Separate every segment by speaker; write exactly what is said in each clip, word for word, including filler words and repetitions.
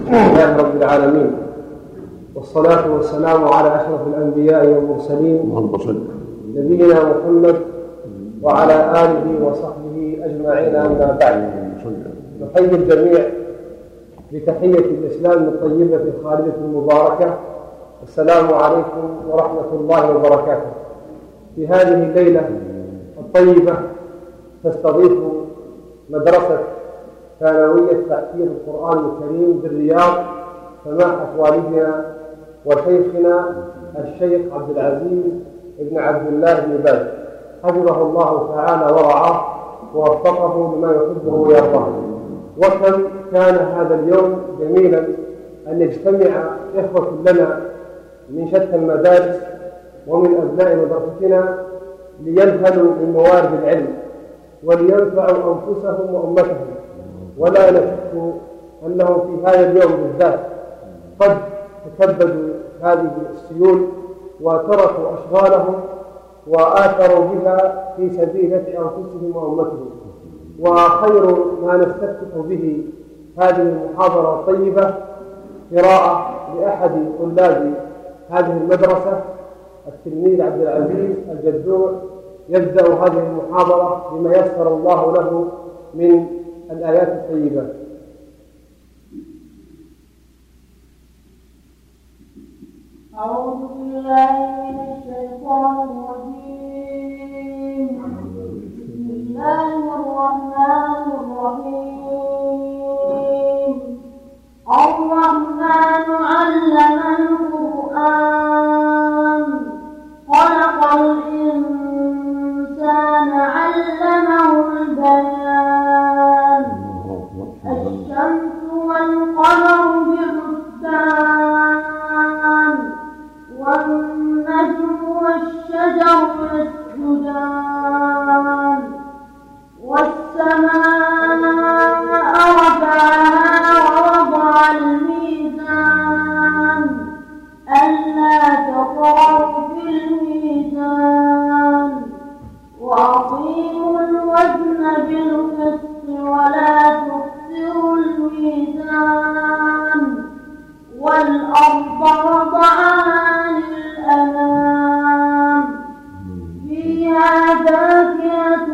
Speaker 1: لله رب العالمين، والصلاة والسلام على أشرف الأنبياء والمرسلين نبينا محمد وعلى آله وصحبه أجمعين. أما بعد، نحيي الجميع بتحية الإسلام الطيبة الخالدة المباركة. السلام عليكم ورحمة الله وبركاته. في هذه الليلة الطيبة تستضيف مدرسة ثانوية تحفيظ القرآن الكريم بالرياض سماحة والدنا وشيخنا الشيخ عبد العزيز بن عبد الله بن باز، حفظه الله تعالى ورعاه ووفقه لما يحبه ويرضاه. وكم كان هذا اليوم جميلا أن يجتمع إخوة لنا من شتى المدارس ومن أبناء مدرستنا لينهلوا من موارد العلم ولينفعوا أنفسهم وأمتهم. ولا نشك أنهم في هذا اليوم بالذات قد تكبدوا هذه السيول وتركوا أشغالهم وآثروا بها في سبيل نفع أنفسهم وأمتهم. وخير ما نستفتح به هذه المحاضرة الطيبة قراءة لأحد طلاب هذه المدرسة التلميذ عبد العزيز الجدوع، يبدأ هذه المحاضرة بما يسر الله له من الآيات الطيبة.
Speaker 2: أعوذ بالله من الشيطان الرجيم. بسم الله الرحمن الرحيم. الرحمن علم القرآن خلق الإنسان علمه البيان. الشمس والقمر بحسبان والنجم والشجر يسجدان والسماء رفعها ووضع الميزان ألا تطغوا في الميزان وأقيموا الوزن بالقسط ولا تخسروا الميزان والأرض وضعها للأنام فيها فاكهة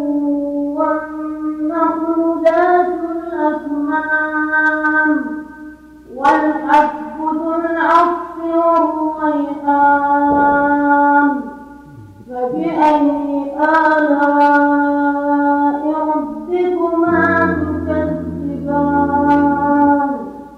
Speaker 2: والنخل ذات الأكمام والحب ذو العصف والريحان فبأي آلاء ربكما تكذبان.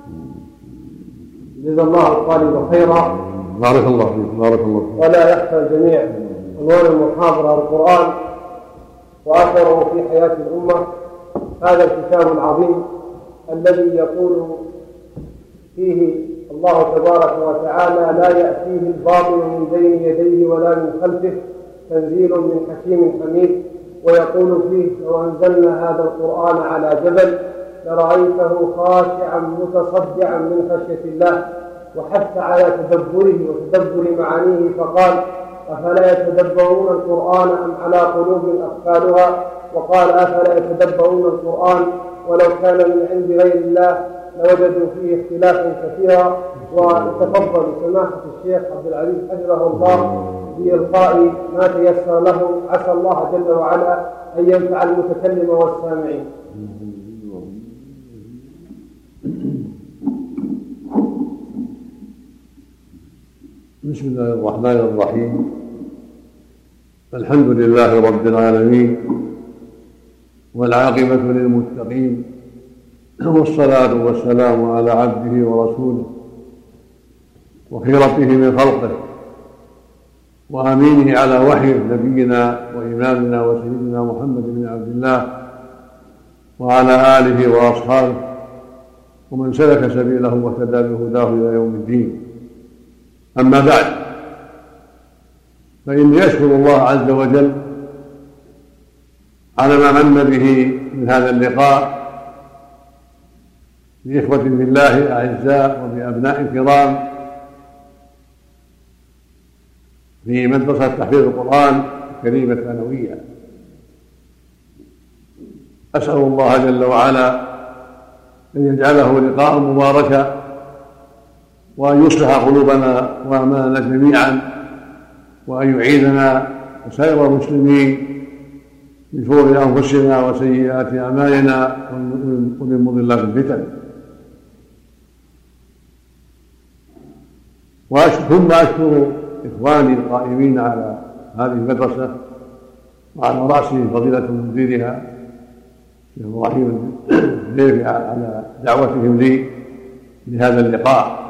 Speaker 1: جزا الله الطالب خيرا.
Speaker 3: بارك الله فيك. بارك الله فيك.
Speaker 1: ولا يخفى الجميع عنوان المحاضرة القرآن وأثره في حياة الأمة، هذا الكتاب العظيم الذي يقول فيه الله تبارك وتعالى: لا يأتيه الباطل من بين يديه ولا من خلفه تنزيل من حكيم حميد. ويقول فيه: لو أنزلنا هذا القرآن على جبل لرأيته خاشعا متصدعا من خشية الله. وحث على تدبره وتدبر معانيه فقال: أفلا يتدبرون القرآن أم على قلوب أقفالها؟ وقال: أفلا يتدبرون القرآن ولو كان من عند غير الله لوجدوا فيه اختلافا كثيرا. وتفضل سماحة الشيخ عبد العزيز حفظه الله بإلقاء ما تيسر له، عسى الله جل وعلا أن ينفع المتكلم والسامعين.
Speaker 3: بسم الله الرحمن الرحيم. الحمد لله رب العالمين والعاقبة للمتقين، والصلاة والسلام على عبده ورسوله وخيرته من خلقه وأمينه على وحيه نبينا وإمامنا وسيدنا محمد بن عبد الله وعلى آله وأصحابه ومن سلك سبيله واهتدى بهداه إلى يوم الدين. أما بعد، فإني أشكر الله عز وجل على ما من به من هذا اللقاء بإخوة بالله أعزاء وبأبناء كرام في مدرسة تحفيظ القرآن الكريم الثانوية. أسأل الله جل وعلا أن يجعله لقاء مباركا، وأن يصلح قلوبنا وأعمالنا جميعا، وأن يعيذنا وسائر المسلمين من شرور أنفسنا وسيئات أعمالنا ومن مضلات الفتن. ثم أشكر إخواني القائمين على هذه المدرسة، وعلى رأسه فضيلة مديرها الشيخ إبراهيم الضيف على دعوتهم لي لهذا اللقاء،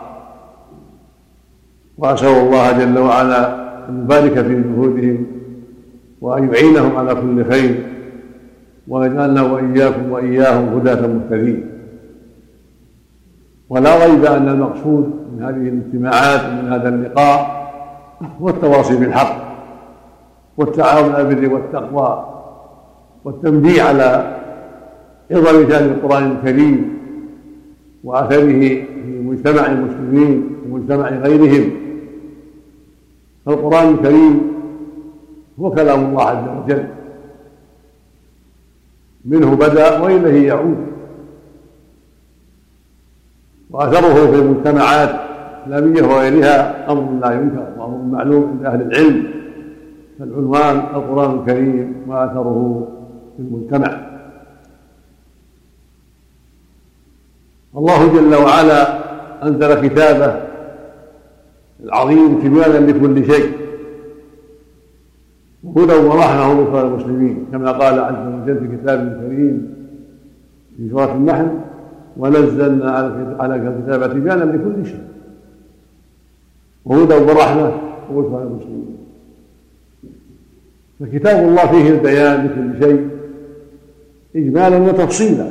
Speaker 3: وأسأل الله جل وعلا أن يبارك في جهودهم وأن يعينهم على كل خير، ويجعلنا وإياكم وإياهم هداة مهتدين. ولا ريب أن المقصود من هذه الاجتماعات ومن هذا اللقاء هو التواصي بالحق والتعاون على البر والتقوى والتنبيه على عظم شأن القرآن الكريم وأثره في مجتمع المسلمين ومجتمع غيرهم. فالقرآن الكريم هو كلام الله عز وجل، منه بدأ وإليه يعود، وأثره في المجتمعات الإسلامية وغيرها أمر لا ينكر وأمر معلوم عند أهل العلم. فالعنوان القرآن الكريم وأثره في المجتمع. الله جل وعلا أنزل كتابه العظيم تبيانا لكل شيء وهدى ورحمة للإخوان المسلمين، كما قال عز وجل في كتابه الكريم في سورة النحل: ونزلنا على الكتاب تبيانا لكل شيء وهدى ورحمة للإخوان المسلمين. فكتاب الله فيه البيان لكل شيء إجمالا وتفصيلا،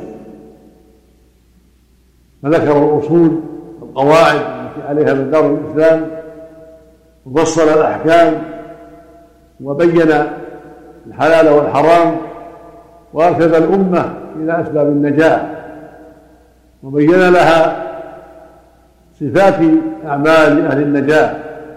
Speaker 3: فذكر الأصول والقواعد التي عليها مدار الإسلام، وفصل الأحكام، وبين الحلال والحرام، وأرشد الأمة إلى أسباب النجاة، وبين لها صفات أعمال أهل النجاة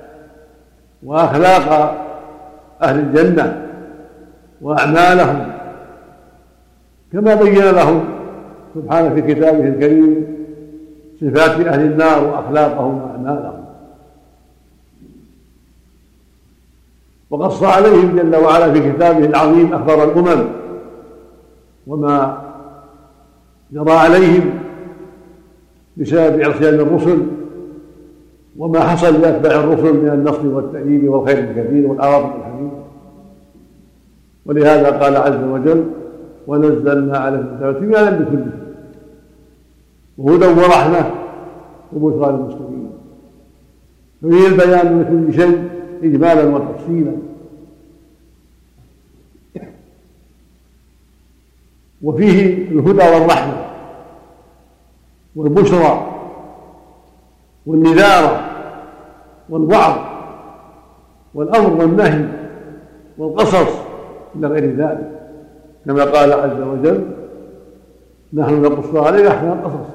Speaker 3: وأخلاق أهل الجنة وأعمالهم، كما بين لهم سبحانه في كتابه الكريم صفات أهل النار وأخلاقهم وأعمالهم، وقص عليهم جل وعلا في كتابه العظيم أخبار الأمم وما جرى عليهم بسبب عصيان الرسل، وما حصل لأتباع الرسل من النصر والتأييد والخير الكثير والعواقب الحميدة. ولهذا قال عز وجل: ونزلنا على الكتاب تبيانا لكل شيء وهدى ورحمة وبشرى للمسلمين. ففيه البيان لكل شيء إجمالا وتفصيلا، وفيه الهدى والرحمة والبشرى والنذارة والوعظ والأمر والنهي والقصص إلى غير ذلك، كما قال عز وجل: نحن نقص عليك أحسن القصص.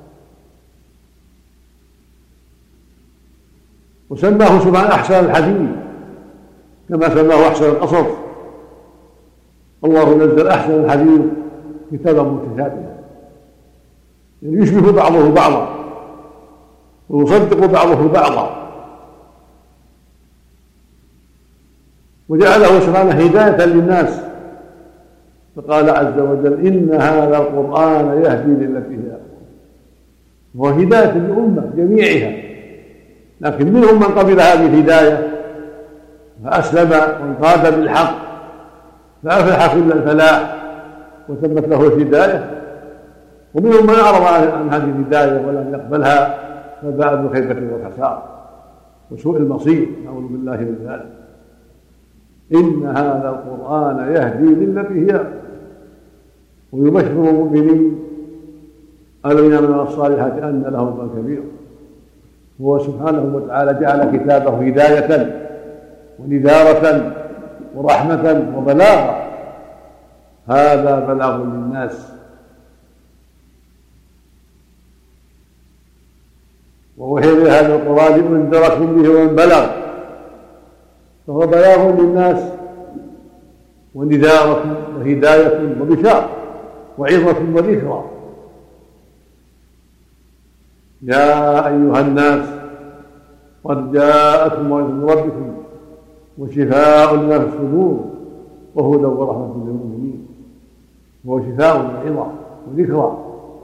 Speaker 3: وسماه سبحانه أحسن الحديث كما سماه أحسن القصص. الله نزل أحسن الحديث كتابا متشابها، يعني يشبه بعضه بعضا ويصدق بعضه بعضا، وجعله سبحانه هداية للناس، فقال عز وجل: إن هذا القرآن يهدي للتي هي أقوم. وهو هداية للأمة جميعها، لكن منهم من قبل هذه الهداية فأسلم وانقاد بالحق فأفلح كل الفلاح وتمت له الهداية، ومنهم من أعرض عن هذه الهداية ولم يقبلها فباء بالخيبة والخسارة وسوء المصير، نعوذ بالله من ذلك. إن هذا القرآن يهدي للتي هي ويبشر المؤمنين الذين يعملون الصالحات أن لهم أجرا كبيرا. هو سبحانه وتعالى جعل كتابه هداية ونذارة ورحمة وبلاغة، هذا بلاغ للناس، ووحي بهذا القرآن انذركم به ومن بلغ، فهو بلاغ للناس ونذارة وهداية وبشارة وعظة وذكرى. يا أيها الناس قد جاءتكم موعظة من ربكم وشفاء لما في الصدور وهدى ورحمة للمؤمنين. وهو شفاء وعظة وذكرى.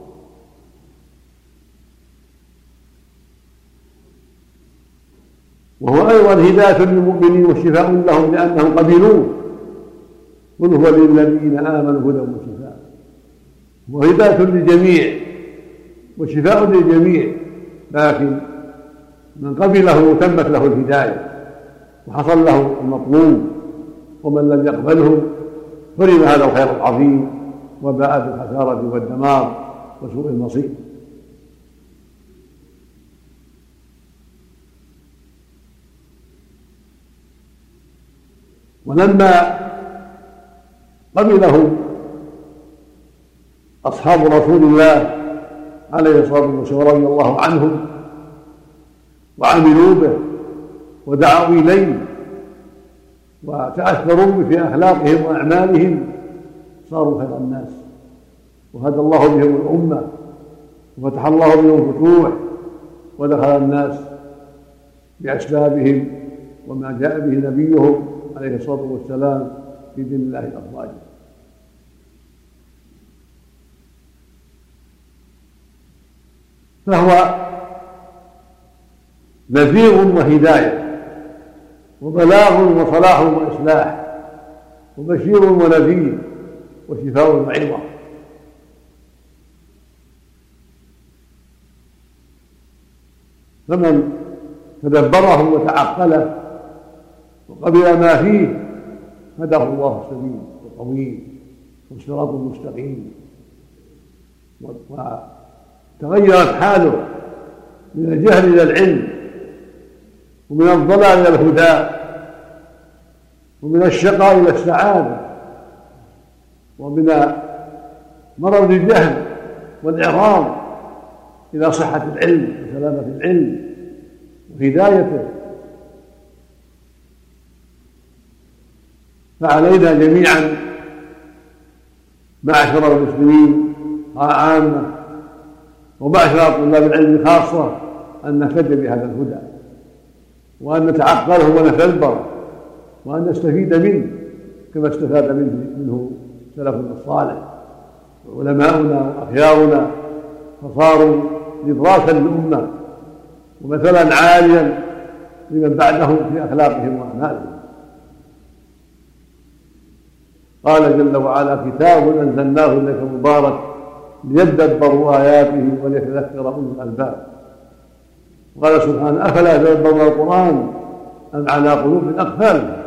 Speaker 3: وهو أيضا هداية للمؤمنين وشفاء لهم لأنهم قبلوه. قل هو للذين آمنوا هدى وشفاء. وهداية للجميع وشفاء للجميع، لكن من قبله تمت له الهداية وحصل له المطلوب، ومن لم يقبله حرم هذا الخير العظيم وباء بالخسارة والدمار وسوء المصير. ولما قبله أصحاب رسول الله عليه الصلاة والسلام رضي الله عنهم وعملوا به ودعوا إليه وتأثروا به في أخلاقهم وأعمالهم صاروا خير الناس، وهدى الله بهم الأمة وفتح الله بهم الفتوح، ودخل الناس بأسبابهم وما جاء به نبيهم عليه الصلاة والسلام في دين الله أفواجا. فهو نذير وهداية وبلاغ وصلاح وإصلاح وبشير ونذير وشفاء وعظة. فمن تدبره وتعقله وقبل ما فيه هداه الله السبيل الطويل والصراط المستقيم، وتغيرت حاله من الجهل إلى العلم، ومن الضلال إلى الهدى، ومن الشقاء إلى السعادة، ومن مرض الجهل والإعراض إلى صحة العلم وسلامة العلم وهدايته. فعلينا جميعا معشر المسلمين عامة ومعشر طلاب العلم خاصة أن نهتدي بهذا الهدى، وأن نتعقله ونتدبر، وأن نستفيد منه كما استفاد منه, منه سلفنا الصالح وعلماؤنا وأخيارنا، فصاروا نبراسا للأمة ومثلا عاليا لمن بعدهم في أخلاقهم وأعمالهم. قال جل وعلا: كتاب أنزلناه إليك مبارك ليدبروا آياته وليتذكر أولو الألباب. وقال سبحانه: أفلا يتدبرون القرآن أم على قلوب أقفالها.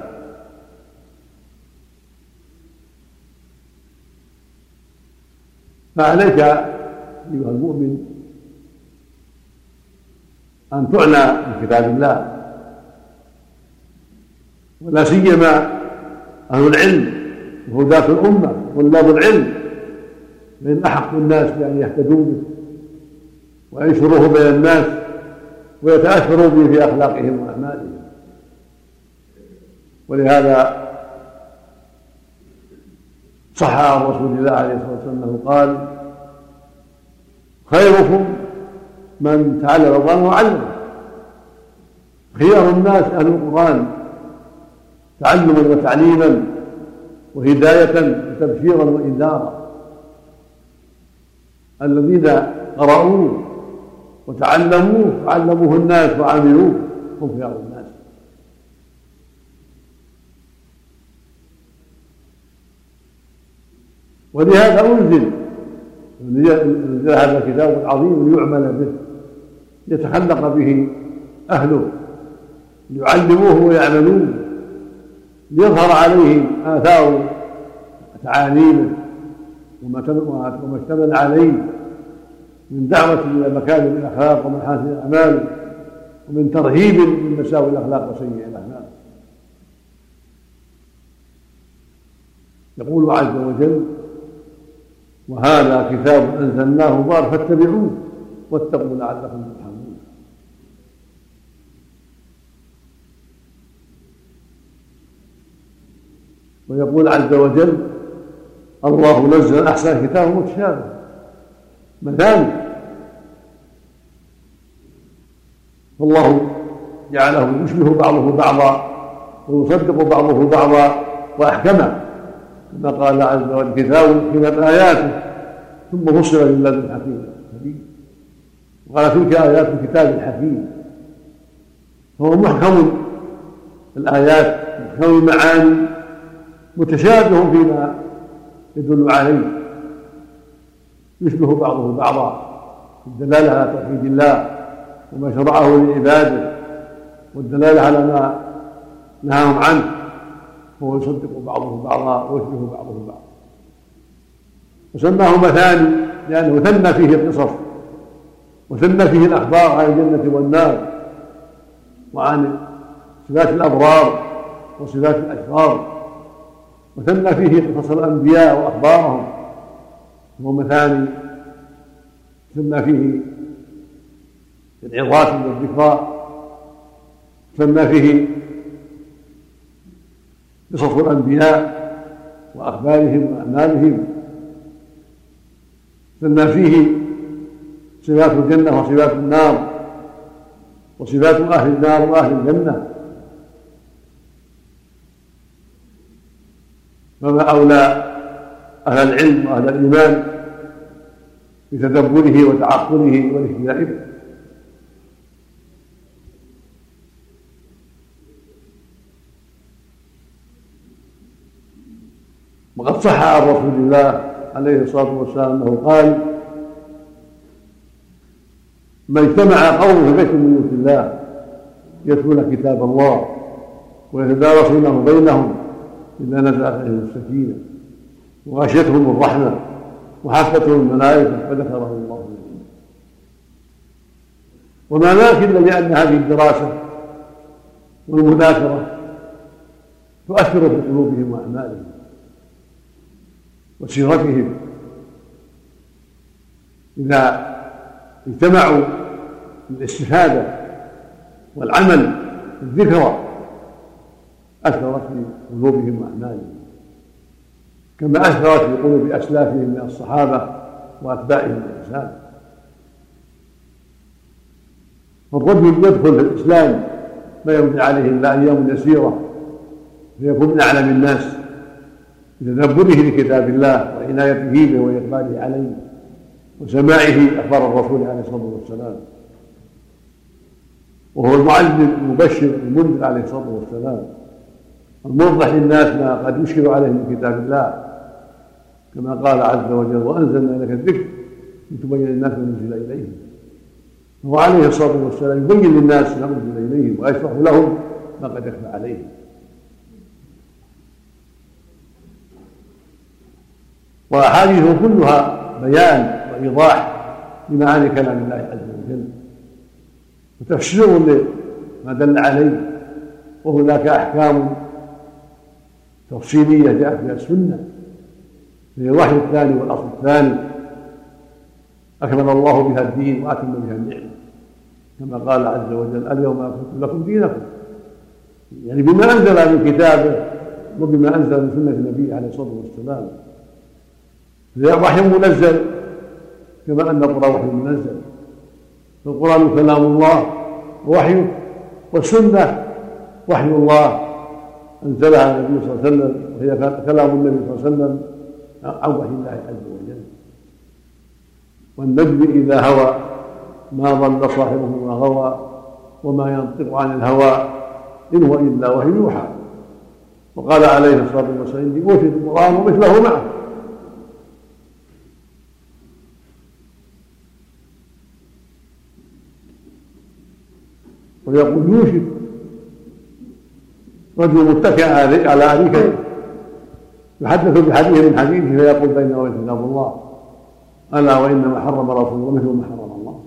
Speaker 3: فعليك أيها المؤمن أن تعنى بكتاب الله، ولا سيما أهل العلم وهداة الأمة طلاب العلم، فإن أحق الناس بأن يهتدوا به وينشروه بين الناس ويتأثروا به في أخلاقهم وأعمالهم. ولهذا صح عن رسول الله عليه الصلاة والسلام أنه قال: خيركم من تعلم القرآن وعلمه. خيار الناس أهل القرآن تعلما وتعليما وهداية وتبشيرا وإنذارا. الذين قرأوه وتعلموه وعلموه الناس وعملوه هم خيار الناس. ولهذا أنزل أنزل هذا الكتاب العظيم ليعمل به، يتخلق به أهله، ليعلموه ويعملوه، ليظهر عليهم آثار تعاليمه وما اشتمل عليه من دعوة إلى مكارم الأخلاق ومحاسن الأعمال، ومن ترهيب من مساوي الأخلاق وسيئ الأخلاق. يقول عز وجل: وهذا كتاب أنزلناه مبارك فاتبعوه واتقوا لعلكم ترحمون. ويقول عز وجل: الله نزل أحسن كتاب متشابه مثاني فالله جعله يشبه بعضه بعضا ويصدق بعضه بعضا وأحكمه، كما قال عز وجل: كتاب أحكمت آياته ثم فصل من لدن حكيم خبير. وقال: تلك آيات الكتاب الحكيم. فهو محكم الآيات، محكم المعاني، متشابه فيما يدل عليه، يشبه بعضه بعضا في الدلالة على توحيد الله وما شرعه لعباده، والدلالة على ما نهاهم عنه، وهو يصدق بعضه بعضا ويشبه بعضه بعضا. وسماه مثاني لأنه ثنى فيه القصص وثنى فيه الأخبار عن الجنة والنار وعن صفات الأبرار وصفات الأشرار، وثنى فيه قصص الأنبياء وأخبارهم. وهو مثاني ثنى فيه العظات والذكرى، ثنى فيه قصص الأنبياء وأخبارهم وأعمالهم، ثنى فيه صفات الجنة وصفات النار وصفات أهل النار وأهل الجنة. فما أولى أهل العلم وأهل الإيمان بتدبره وتعقله والاهتداء به. وقد صح عن رسول الله عليه الصلاة والسلام أنه قال: ما اجتمع قوم في بيت من بيوت الله يتلون كتاب الله ويتدارسونه بينهم إلا نزلت عليهم السكينة وغشيتهم الرحمة وحفتهم الملائكة وذكرهم الله عليه. وما ذاك إلا لأن هذه الدراسة والمذاكرة تؤثر في قلوبهم وأعمالهم وسيرتهم. إذا اجتمعوا للاستفادة والعمل بالذكرى أثرت في قلوبهم وأعمالهم، كما أثرت في قلوب أسلافهم من الصحابة وأتباعهم بإحسان. فالرجل يدخل في الإسلام ما يمضي عليه إلا أيام يسيرة فيكون من أعلم الناس بتدبره لكتاب الله وعنايته به وإقباله عليه وسماعه أخبار الرسول عليه الصلاة والسلام، وهو المعلم المبشر المنذر عليه الصلاة والسلام، الموضح للناس ما قد يشكل عليه من كتاب الله، كما قال عز وجل: وأنزلنا لك الذكر لتبين للناس ما نزل إليهم. فهو عليه الصلاة والسلام يبين للناس ما نزل إليهم ويشرح لهم ما قد يخفى عليهم. وأحاديثه كلها بيان وإيضاح لمعاني كلام الله عز وجل وتفسير لما دل عليه، وهناك أحكام تفصيلية جاءت بها السنة، هي الوحي الثاني والأصل الثاني، أكمل الله بها الدين وأتم بها النعمة، كما قال عز وجل: اليوم أكملت لكم دينكم، يعني بما أنزل من كتابه وبما أنزل من سنة النبي عليه الصلاة والسلام. وحي منزل كما أن القرآن وحي منزل، فالقرآن كلام الله ووحيه، والسنة وحي الله أنزلها على النبي صلى الله عليه وسلم، وهي كلام النبي صلى الله عليه وسلم عن وحي الله عز وجل. والنجم إذا هوى ما ضل صاحبه وما غوى وما ينطق عن الهوى إن هو إلا وحي يوحى. وقال عليه الصلاة والسلام: إني أوتيت القرآن ومثله معه. ويقول: يوشك رجل متكئ على أريكته يحدث بحديث من حديثه فيقول: بيننا وبين كتاب الله، ألا وإنما حرم رسول الله مثل ما حرم الله.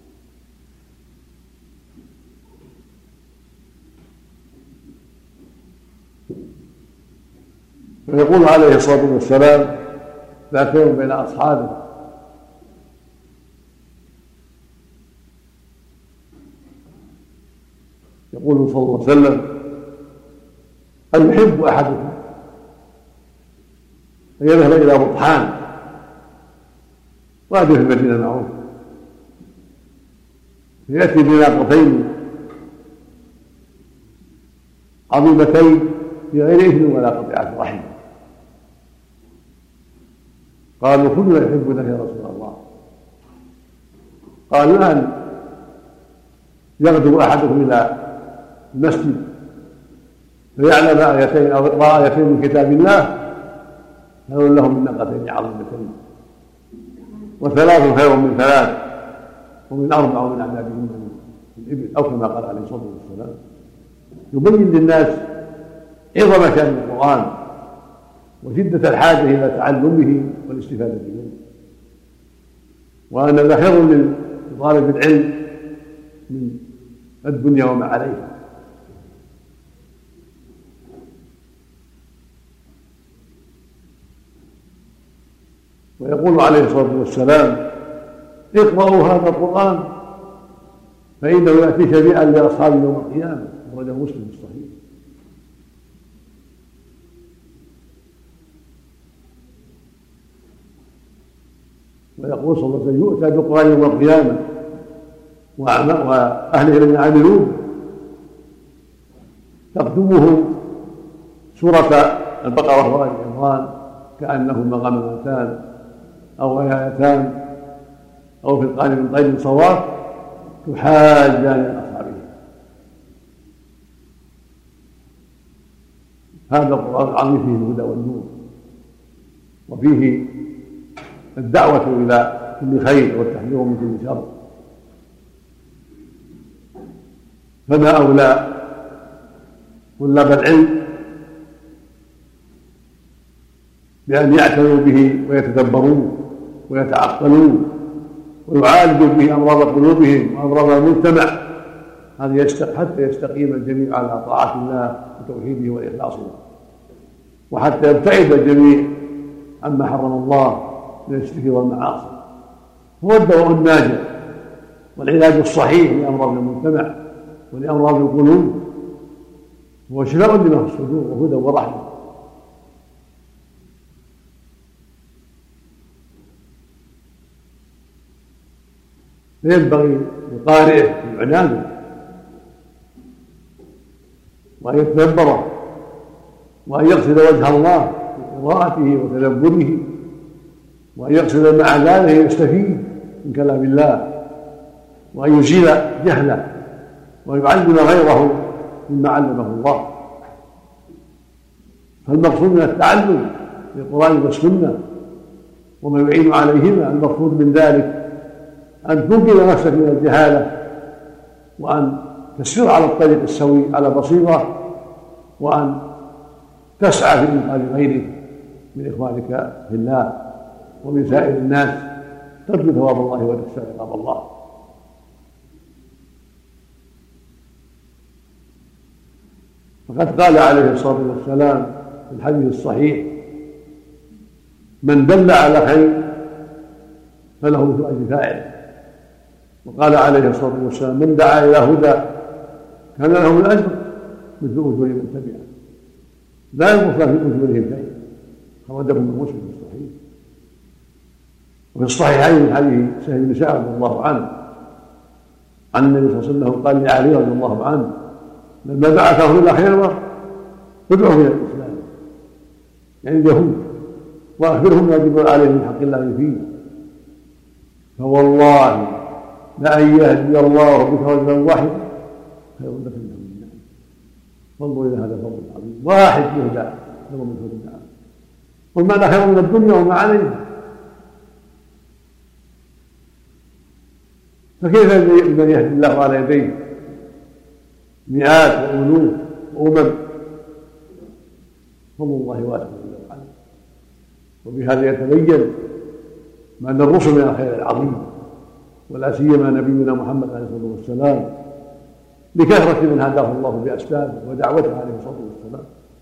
Speaker 3: ويقول عليه الصلاة والسلام ذات يوم بين أصحابه: يقول صلى الله عليه وسلم: هل يحب أحدكم أن يذهب إلى بطحان وادي في المدينة معروف فيأتي بناقتين عظيمتين في غير إثم ولا قطيعة رحم. قالوا كلنا يحبك يا رسول الله. قال الآن يغدو أحدكم إلى المسجد فيعلم آيتين أو يقرأ آيتين من كتاب الله خير له من ناقتين عظيمتين، وثلاث خير من ثلاث، ومن أربع ومن أعنابهن من الإبل، أو كما قال عليه الصلاة والسلام. يبين للناس عظم شأن القرآن وشدة الحاجة إلى تعلمه والاستفادة منه، وأن هذا خير لطالب العلم من الدنيا وما عليها. ويقول عليه الصلاة والسلام اقرأوا هذا القرآن فإنه يأتي شفيعا لأصحاب يوم القيامة، أخرجه مسلم في الصحيح. ويقول صلى الله عليه وسلم يؤتى بالقرآن يوم القيامة وأهله لم يعاملون تقدمه سورة البقرة وآل عمران كأنهما غمامتان أو غيايتان أو في القارب من طير صواف تحاجان لأصحابه. هذا القرآن العظيم فيه الهدى والنور، وفيه الدعوة إلى كل خير والتحذير من كل شر. فما أولى طلاب العلم بأن يعتنوا به ويتدبروه ويتعقلوه ويعالجوا به أمراض قلوبهم وأمراض المجتمع، هذا حتى يستقيم الجميع على طاعة الله وتوحيده وإخلاص له، وحتى يبتعد الجميع عما حرم الله من الشرك والمعاصي. هو الدواء الناجع والعلاج الصحيح لأمراض المجتمع ولأمراض القلوب، هو شفاء لما في الصدور وهدى ورحمة. فينبغي لقارئه العناد وأن يتدبره وأن يقصد وجه الله في قراءته وتدبره، وأن يقصد مع ذلك يستفيد من كلام الله، وأن يزيل جهله وأن يعلم غيره مما علمه الله. فالمقصود من التعلم بالقرآن والسنة وما يعين عليهما، المقصود من ذلك أن تنقذ نفسك من الجهالة، وأن تسير على الطريق السوي على بصيرة، وأن تسعى في إنقاذ غيرك من إخوانك في الله ومن سائر الناس، ترجو ثواب الله وتخشى عقاب الله. فقد قال عليه الصلاة والسلام في الحديث الصحيح من دل على خير فله مثل أجر فاعله. وقال عليه الصلاة والسلام من دعا إلى هدى كان له الأجر مثل أجور من تبعه لا ينقص في أجورهم شيء، أخرجه مسلم في الصحيح. وفي الصحيحين من حديث سهل بن سعد رضي الله عنه عن النبي صلى الله عليه وسلم قال لعلي رضي الله عنه لما بعثه إلى خير ادعوه إلى الإسلام، يعني اليهود، وأخبرهم ما يجب عليهم من حق الله فيه، فوالله لأن يهدي الله بك رجلا واحدا خير لك من حمد النعم. فانظروا إلى هذا الفضل العظيم، واحد يهدى خير من حمد النعم، والمعنى خير من الدنيا وما عليها. فكيف بمن يهدي الله على يديه مئات وألوف وأمم؟ فضل الله واسع جل وعلا. وبهذا يتبين ما أن الرسل من الخير العظيم، ولا سيما نبينا محمد عليه الصلاة والسلام لكثرة من هداه الله بأسبابه ودعوته عليه الصلاة والسلام،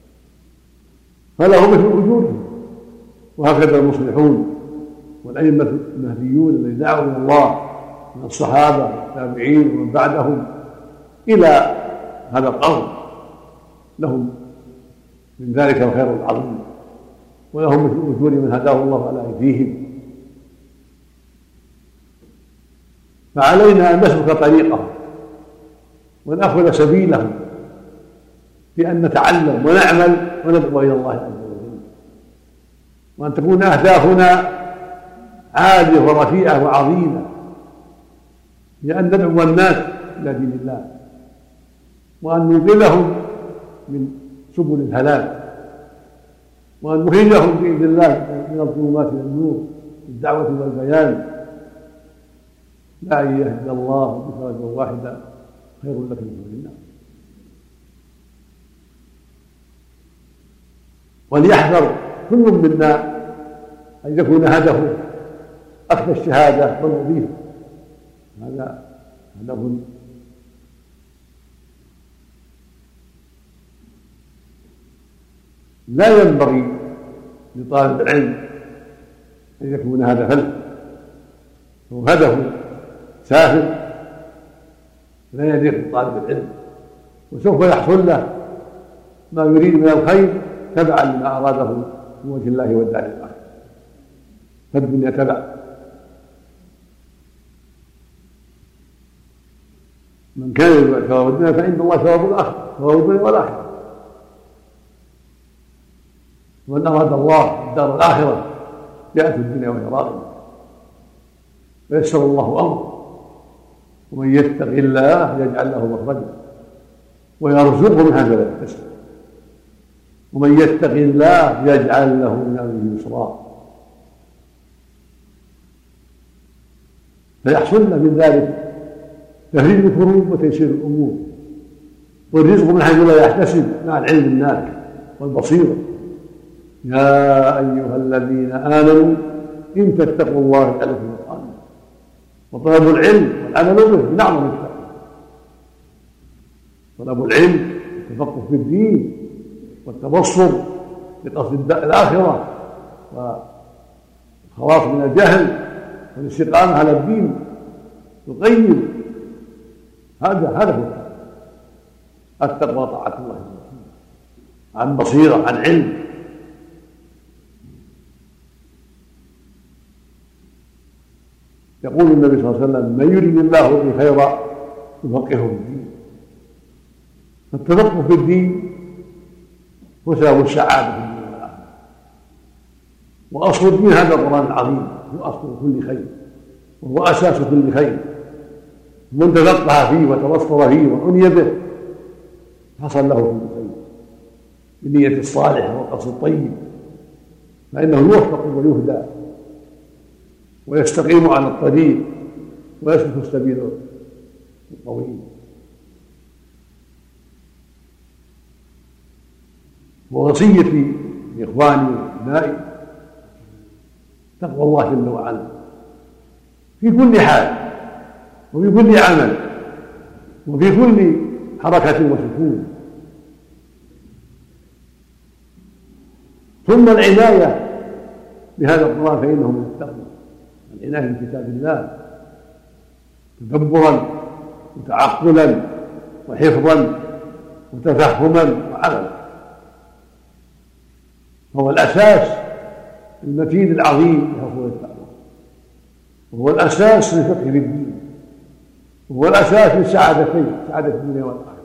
Speaker 3: فله مثل أجورهم. وهكذا المصلحون والأئمة المهديون الذين دعوا إلى الله من الصحابة والتابعين ومن بعدهم إلى هذا القرن لهم من ذلك الخير العظيم، ولهم مثل أجور من هداه الله على أيديهم. فعلينا أن نسلك طريقهم ونأخذ سبيلهم بأن نتعلم ونعمل وندعو إلى الله عز وجل، وأن تكون أهدافنا عالية ورفيعة وعظيمة، بأن ندعو الناس إلى دين الله، وأن ننقذهم من سبل الهلاك، وأن نخرجهم بإذن الله من الظلمات إلى النور بالدعوة والبيان. لا أن يهدي الله بك رجلا واحدا خير لك من حمر النعم. وليحذر كل منا أن يكون هدفه أخذ الشهادة والوظيفة، هذا هدف لا ينبغي لطالب العلم أن يكون هدفا له، هو هدف سافل لا يليق بطالب العلم، وسوف يحصل له ما يريد من الخير تبعا لما أراده من وجه الله والدار الآخرة، فالدنيا تبع. من كان يريد ثواب الدنيا فإن الله ثواب الآخرة، ثواب الدنيا والآخرة. ومن أراد الله الدار الآخرة جاءت الدنيا وهي راغبة ويسر الله أمره. ومن يتق الله يجعل له مخرجا ويرزقه من حيث لا يحتسب، ومن يتق الله يجعل له من أمره يسرا. فيحصل من ذلك تفريج الكروب وتيسير الأمور والرزق من حيث لا يحتسب مع العلم النافع والبصيرة. يا أيها الذين آمنوا إن تتقوا الله يجعل لكم فرقانا. وطلب العلم والعمل به من أعظم التقوى. طلب العلم والتفقه في الدين والتبصر بقصد الآخرة والخلاص من الجهل والاستقامة على الدين القيم، هذا هذا هو التقوى، طاعة الله عن بصيرة عن علم. يقول النبي صلى الله عليه وسلم: من يريد الله به خيرا يفقهه في الدين. فالتفقه في الدين هو سبب السعادة في الدنيا والآخرة، وأصل الدين هذا القرآن العظيم هو أصل كل خير وهو أساس كل خير. من تفقه فيه وتبصر فيه وعني به حصل له كل خير بالنية الصالحة والقصد الطيب، فإنه يوفق ويهدى ويستقيم على الطريق ويسلك السبيل الطويل. ووصيتي لإخواني وأبنائي تقوى الله جل وعلا في كل حال وفي كل عمل وفي كل حركة وسكون، ثم العناية بهذا القرآن فإنه من التقوى، العناية بكتاب الله تدبرا وتعقلا وحفظا وتفهما وعملا، هو الأساس المتين العظيم لحصول التقوى، وهو الأساس للفقه في الدين، وهو الأساس للسعادتين، سعادة الدنيا والآخرة.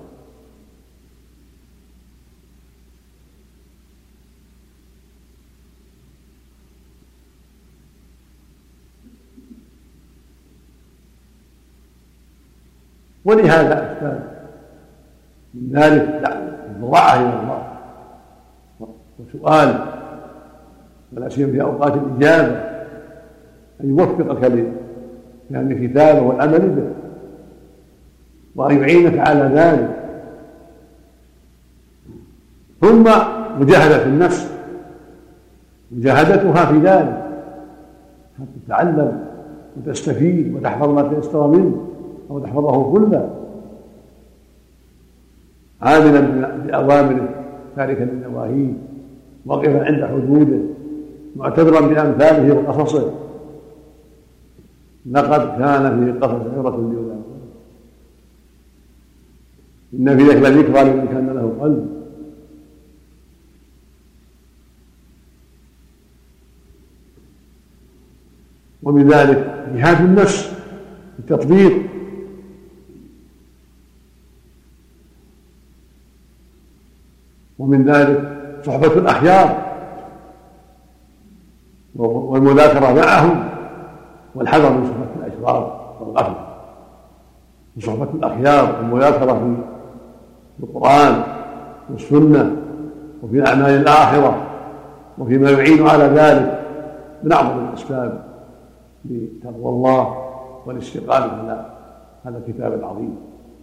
Speaker 3: ولهذا أسباب من ذلك الضراعة إلى الله وسؤال، ولا سيما في أوقات الإجابة، أن يوفقك لفهم كتابه والعمل به، وأن يعينك على ذلك. ثم مجاهدة النفس، مجاهدتها في ذلك حتى تتعلم وتستفيد وتحفظ ما تيسر منه أو تحفظه كله، عاملا بأوامره تاركا لنواهيه واقفا عند حدوده معتبرا بأمثاله وقصصه. لقد كان في قصص عبرة لأولي الألباب إن في ذلك لذكرى لمن كان له قلب. ومن ذلك جهاد النفس بالتطبيق ومن ذلك صحبة الأخيار والمذاكرة معهم، والحذر من صحبة الأشرار والغفلة. وصحبة الأخيار والمذاكرة في القرآن والسنة وفي أعمال الآخرة وفيما يعين على ذلك من أعظم الأسباب لتقوى الله والاستقامة على هذا الكتاب العظيم.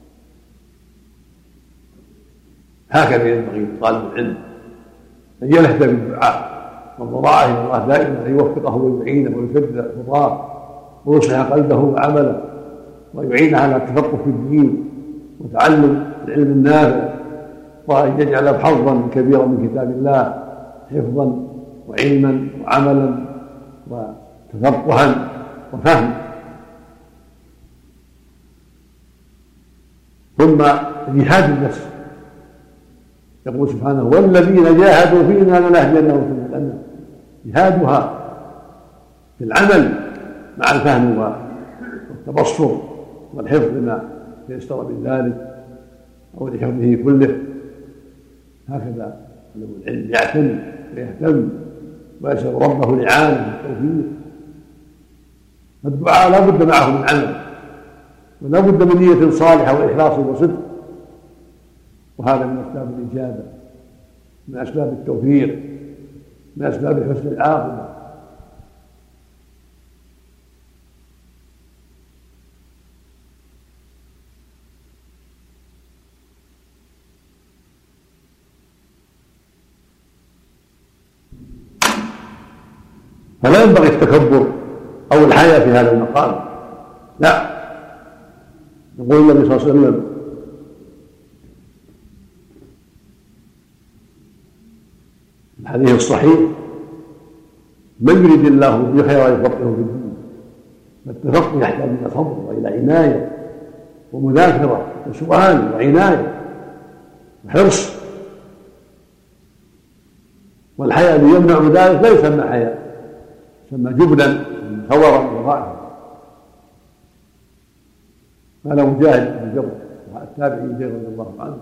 Speaker 3: هكذا ينبغي طالب العلم أن يلهث بالدعاء والضراعة إلى الله دائما، أن يوفقه ويعينه ويسدد خطاه ويصلح قلبه وعمله ويعينه على التفقه في الدين وتعلم العلم النافع، وأن يجعل حظا كبيرا من كتاب الله حفظا وعلما وعملا وتفقها وفهما. ثم جهاد النفس، يقول سبحانه: والذين جاهدوا فينا لنهدينهم سبل الجنة. جهادها في العمل مع الفهم والتبصر والحفظ لما يستوى من ذلك أو لحفظه كله. هكذا طالب العلم يعتني ويهتم ويسأل ربه الإعانة والتوفيق. الدعاء لا بد معه من عمل، ولا بد من نية صالحة وإخلاص وصدق، وهذا من أسباب الإجابة، من أسباب التوفيق، من أسباب حسن العاقبة. فلا ينبغي التكبر أو الحياء في هذا المقام، لا. يقول النبي صلى الله عليه وسلم: الحديث الصحيح: من يريد الله به خيرا يفقهه في الدين. فالتفقه يحتاج إلى صبر وإلى عناية ومذاكرة وسؤال وعناية وحرص، والحياء الذي يمنع ذلك لا يسمى حياء، يسمى جبلا ثورا وضعفا. قال مجاهد بن جبر التابعي رضي الله عنه: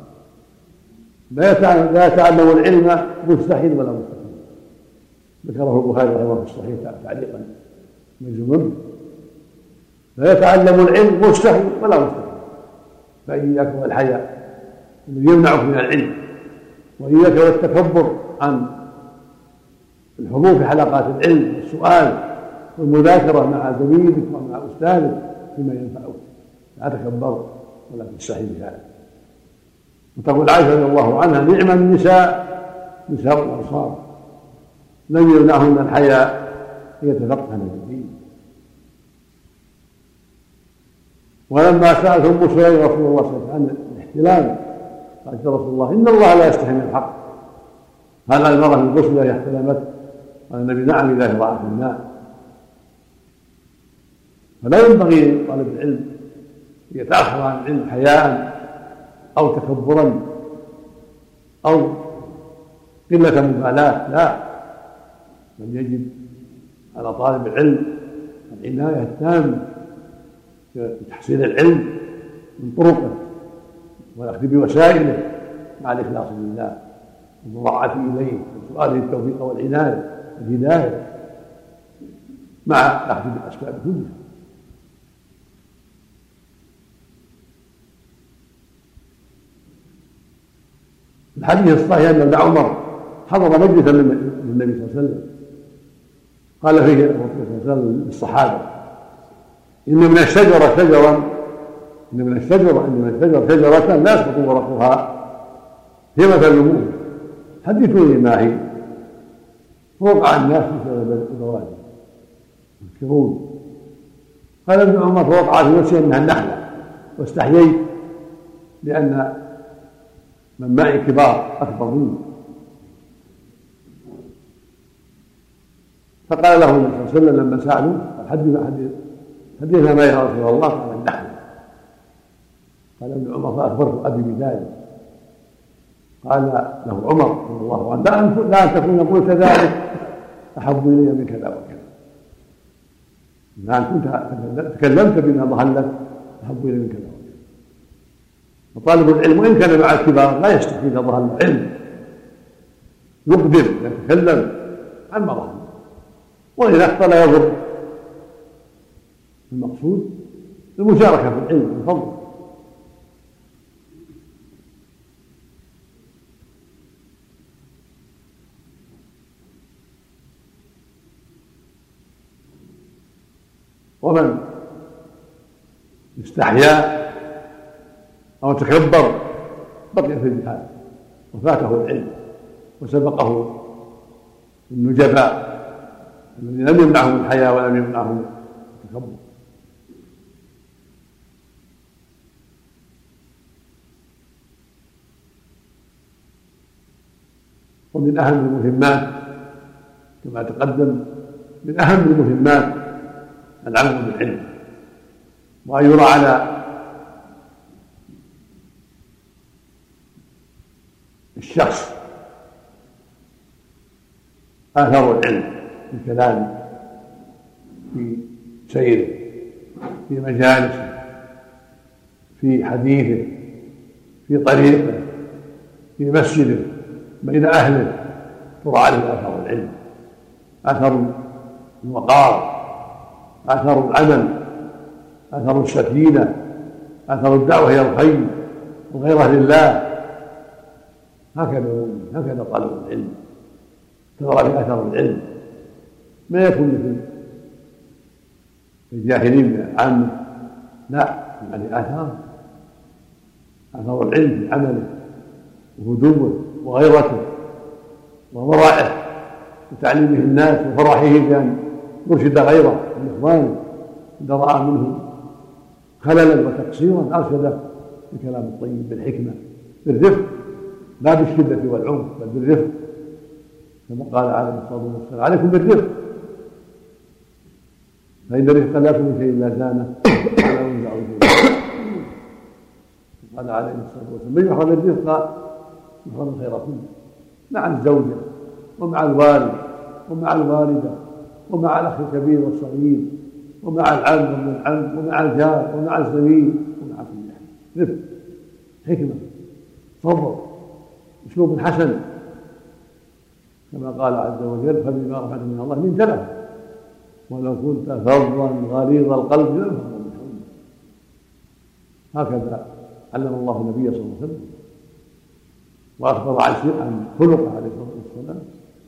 Speaker 3: لا يتعلم العلم مستحيل ولا مستحيل. ذكره البخاري رحمه الله في الصحيح تعليقا مجزوما: لا يتعلم العلم مستحيل ولا مستحيل. فإياك والحياء الذي يمنعك من العلم، وإياك والتكبر عن الحضور في حلقات العلم والسؤال والمذاكرة مع زميلك ومع أستاذك فيما ينفعك. لا تكبر ولا تستحي بهذا. وتقول عائشة رضي الله عنها: نعم النساء نساء الأنصار لم يمنعهن الحياء ليتفقهن في الدين. ولما سألت أم سليم رسول الله صلى الله عليه وسلم عن الاحتلام قالت: يا رسول الله إن الله لا يستحي من الحق، هل المرأة من غسل إذا احتلمت؟ قال النبي: نعم إذا وضعت الماء. فلا ينبغي طالب العلم يتأخر عن العلم حياء أو تكبرا أو قلة مبالاة، لا، بل يجب على طالب العلم العناية التامة بتحصيل العلم من طرقه والأخذ بوسائله مع الإخلاص لله والمراعاة إليه وسؤاله التوفيق والعناية والهداية مع الأخذ بالأسباب كلها. الحديث الصحيح أن ابن عمر حضر مجلسا للنبي صلى الله عليه وسلم قال فيه الرسول صلى الله عليه وسلم للصحابة: إن من الشجرة شجرا إن من الشجرة إن من الشجرة شجرة لا يسقط ورقها هي مثل المؤمن، حدثوني ما هي. فوقع الناس بسبب الزواج يذكرون. قال ابن عمر: فوقع في نفسي أنها النخلة، واستحييت لأن من معي كبار أكبر مني. فقال له النبي صلى الله عليه وسلم لما سألوا: حدثنا حدثنا ما يا رسول الله؟ قال: النحل. قال ابن عمر: فأخبرت أبي بذلك. قال له عمر رضي الله عنه: لا أن تكون قلت ذلك أحب إلي من كذا وكذا. لا أن كنت تكلمت بما ظهر لك أحب إلي من كذا وكذا. وطالب العلم وإن كان مع الكبار لا يستحي إذا ظهر العلم يقدر يتكلم عن مظاهره، وإن أخطأ لا يضر. المقصود المشاركة في العلم والفضل. ومن استحيا أو تكبر بقي في الجهاد وفاته العلم وسبقه النجباء الذين لم يمنعهم الحياء ولم يمنعهم التكبر. ومن أهم المهمات كما تقدم من أهم المهمات العمل بالعلم، وأن يرى على الشخص آثار العلم في كلامه، في سيره، في مجالسه، في حديثه، في طريقه، في مسجده، بين أهله، ترى عليه آثار العلم، آثار الوقار، آثار العمل، آثار السكينة، آثار الدعوة إلى الخير والغيرة لله. هكذا هكذا طالب العلم ترى في آثار العلم، ما يكون مثل الجاهلين من العامة، لا، يعني آثار آثار العلم في عمله وهدوءه وغيرته وورعه وتعليمه الناس وفرحه بأن يرشد غيره من إخوانه إذا رأى منه خللا وتقصيرا أرشده بالكلام الطيب بالحكمة بالرفق، لا بالشدة والعنف بل بالرفق، كما قال عليه الصلاة والسلام: عليكم بالرفق فإن الرفق لا يكون شيء إلا زانه ولا ينزع شيء. قال عليه الصلاة والسلام: من يحرم الرفق يحرم الخير كله، مع الزوجة ومع الوالد ومع الوالدة ومع الأخ الكبير والصغير ومع العم ومن العم ومع الجار ومع الزميل ومع كل أحد. رفق، حكمة، صبر، أسلوب حسن، كما قال عز وجل: فبما رحمة من الله لنت لهم ولو كنت فظا غليظ القلب لانفضوا من حولك. هكذا علم الله النبي صلى الله عليه وسلم وأخبر عن خلقه عليه الصلاة والسلام.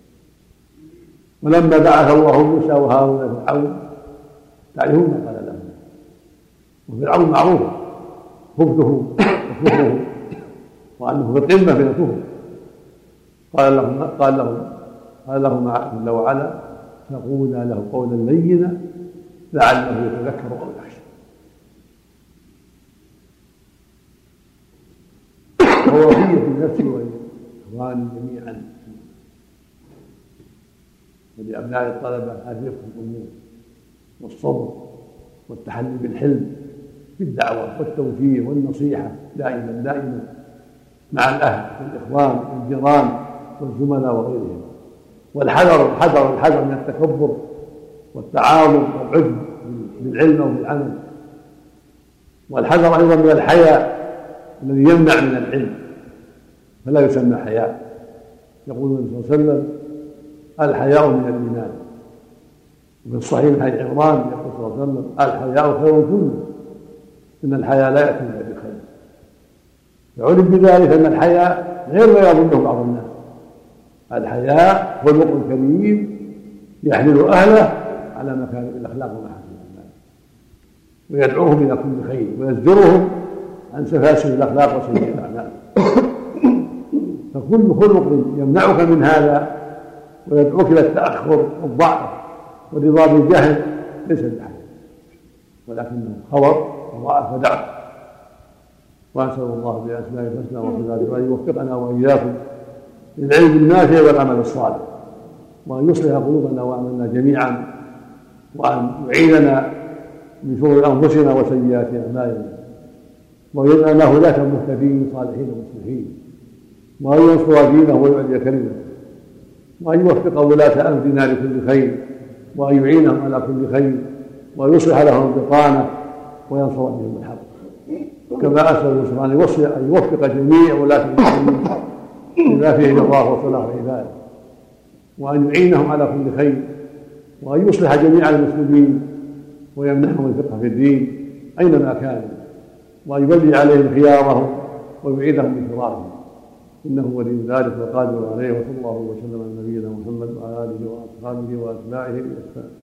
Speaker 3: ولما بعث الله موسى وهارون فرعون تعرفون ما قال لهم، وفرعون معروف خبثه وكفره وأنه في القمة من الكفر. قال لهم قال لهم قال لهم جل وعلا: فقولا له قولا لينا لعله يتذكر أو يخشى. هو وصية النفس والإخوان جميعا ولأبناء الطلبة الرفق في الأمور والصبر والتحلي بالحلم في الدعوة والتوجيه والنصيحة دائما دائما مع الأهل والإخوان والجيران والزملاء وغيرهم، والحذر الحذر الحذر من التكبر والتعاظم والعجب بالعلم أو بالعمل، والحذر أيضا من الحياء الذي يمنع من العلم فلا يسمى حياء. يقول النبي صلى الله عليه وسلم: الحياء من الإيمان. وفي الصحيح حديث عمران يقول صلى الله عليه وسلم: الحياء خير كله، إن الحياء لا يأتي إلا بخير. يعلم بذلك أن الحياء غير ما يظنه بعض الناس. الحياء خلق كريم يحمل أهله على مكارم الأخلاق ومحاسن الأعمال، ويدعوهم إلى كل خير ويزجرهم عن سفاسف الأخلاق وسيئة الأعمال. فكل خلق يمنعك من هذا ويدعوك إلى التأخر والضعف والرضا بالجهل ليس بحياء، ولكنه خور وضعف ودعف. وأسأل الله بأسمائه الحسنى وصفاته أن يوفقنا وإياكم للعلم النافع والعمل الصالح، وأن يصلح قلوبنا وأعمالنا جميعا، وأن يعيننا من شرور أنفسنا وسيئات أعمالنا، وأن يجعلنا هداة مهتدين صالحين مصلحين، وأن ينصر دينه ويعلي كلمته، وأن يوفق ولاة أمرنا لكل خير، وأن يعينهم على كل خير، وأن يصلح لهم البطانة وينصر بهم الحق. كما أسأل سبحانه أن يوفق جميع ولاة المسلمين بما فيه رضاه وصلاح عباده. وأن يعينهم على كل خير، وأن يصلح جميع المسلمين ويمنحهم الفقه في الدين أينما كانوا، وأن يولي عليهم خيارهم ويعيذهم من شرارهم، إنه ولي ذلك والقادر عليه. وصلى الله وسلم على نبينا محمد وعلى آله وأصحابه وأتباعه بإحسان.